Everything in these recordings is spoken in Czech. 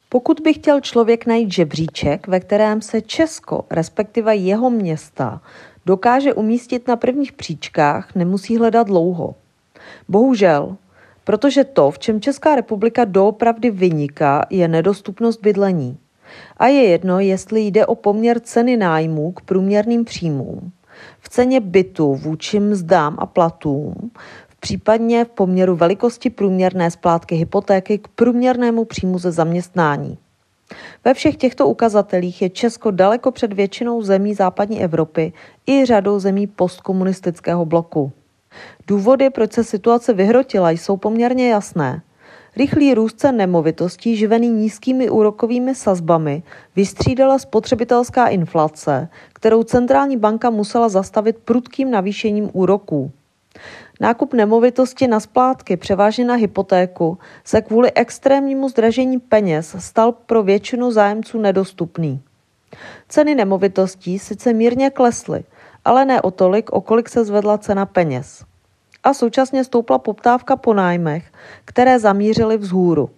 Pokud by chtěl člověk najít žebříček, ve kterém se Česko, respektive jeho města, dokáže umístit na prvních příčkách, nemusí hledat dlouho. Bohužel, protože to, v čem Česká republika doopravdy vyniká, je nedostupnost bydlení. A je jedno, jestli jde o poměr ceny nájmů k průměrným příjmům, v ceně bytu vůči mzdám a platům, případně v poměru velikosti průměrné splátky hypotéky k průměrnému příjmu ze zaměstnání. Ve všech těchto ukazatelích je Česko daleko před většinou zemí západní Evropy i řadou zemí postkomunistického bloku. Důvody, proč se situace vyhrotila, jsou poměrně jasné. Rychlý růst cen nemovitostí živený nízkými úrokovými sazbami vystřídala spotřebitelská inflace, kterou centrální banka musela zastavit prudkým navýšením úroků. Nákup nemovitosti na splátky, převážně na hypotéku, se kvůli extrémnímu zdražení peněz stal pro většinu zájemců nedostupný. Ceny nemovitostí sice mírně klesly, ale ne o tolik, o kolik se zvedla cena peněz. A současně stoupla poptávka po nájmech, které zamířily vzhůru.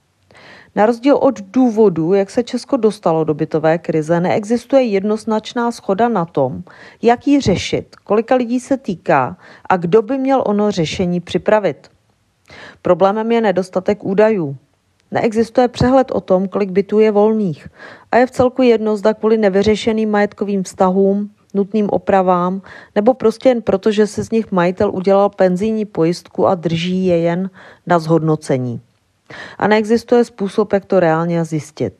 Na rozdíl od důvodů, jak se Česko dostalo do bytové krize, neexistuje jednoznačná shoda na tom, jak ji řešit, kolika lidí se týká a kdo by měl ono řešení připravit. Problémem je nedostatek údajů. Neexistuje přehled o tom, kolik bytů je volných a je vcelku jedno, zda kvůli nevyřešeným majetkovým vztahům, nutným opravám nebo prostě jen proto, že se z nich majitel udělal penzijní pojistku a drží je jen na zhodnocení. A neexistuje způsob, jak to reálně zjistit.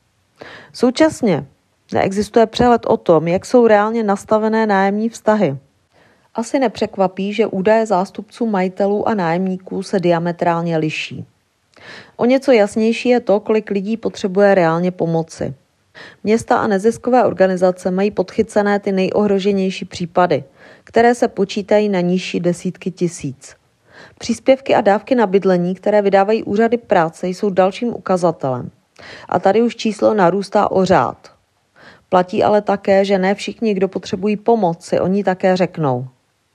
Současně neexistuje přehled o tom, jak jsou reálně nastavené nájemní vztahy. Asi nepřekvapí, že údaje zástupců majitelů a nájemníků se diametrálně liší. O něco jasnější je to, kolik lidí potřebuje reálně pomoci. Města a neziskové organizace mají podchycené ty nejohroženější případy, které se počítají na nižší desítky tisíc. Příspěvky a dávky na bydlení, které vydávají úřady práce, jsou dalším ukazatelem. A tady už číslo narůstá o řád. Platí ale také, že ne všichni, kdo potřebují pomoc, si o ní také řeknou.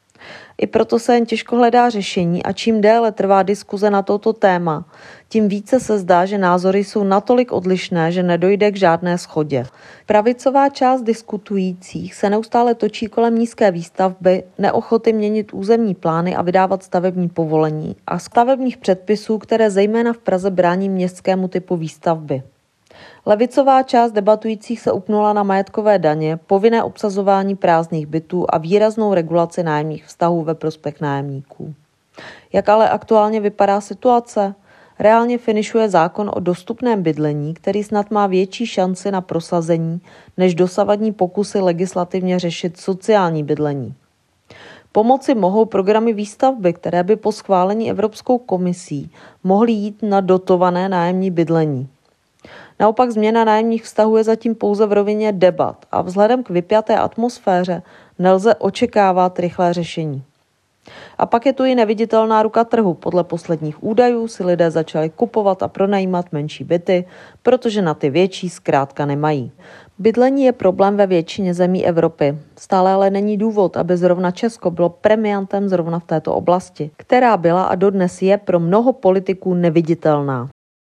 I proto se jen těžko hledá řešení a čím déle trvá diskuze na toto téma, tím více se zdá, že názory jsou natolik odlišné, že nedojde k žádné shodě. Pravicová část diskutujících se neustále točí kolem nízké výstavby, neochoty měnit územní plány a vydávat stavební povolení a stavebních předpisů, které zejména v Praze brání městskému typu výstavby. Levicová část debatujících se upnula na majetkové daně, povinné obsazování prázdných bytů a výraznou regulaci nájemních vztahů ve prospěch nájemníků. Jak ale aktuálně vypadá situace? Reálně finišuje zákon o dostupném bydlení, který snad má větší šanci na prosazení, než dosavadní pokusy legislativně řešit sociální bydlení. Pomoci mohou programy výstavby, které by po schválení Evropskou komisí mohly jít na dotované nájemní bydlení. Naopak změna nájemních vztahů je zatím pouze v rovině debat a vzhledem k vypjaté atmosféře nelze očekávat rychlé řešení. A pak je tu i neviditelná ruka trhu. Podle posledních údajů si lidé začali kupovat a pronajímat menší byty, protože na ty větší zkrátka nemají. Bydlení je problém ve většině zemí Evropy. Stále ale není důvod, aby zrovna Česko bylo premiantem zrovna v této oblasti, která byla a dodnes je pro mnoho politiků neviditelná.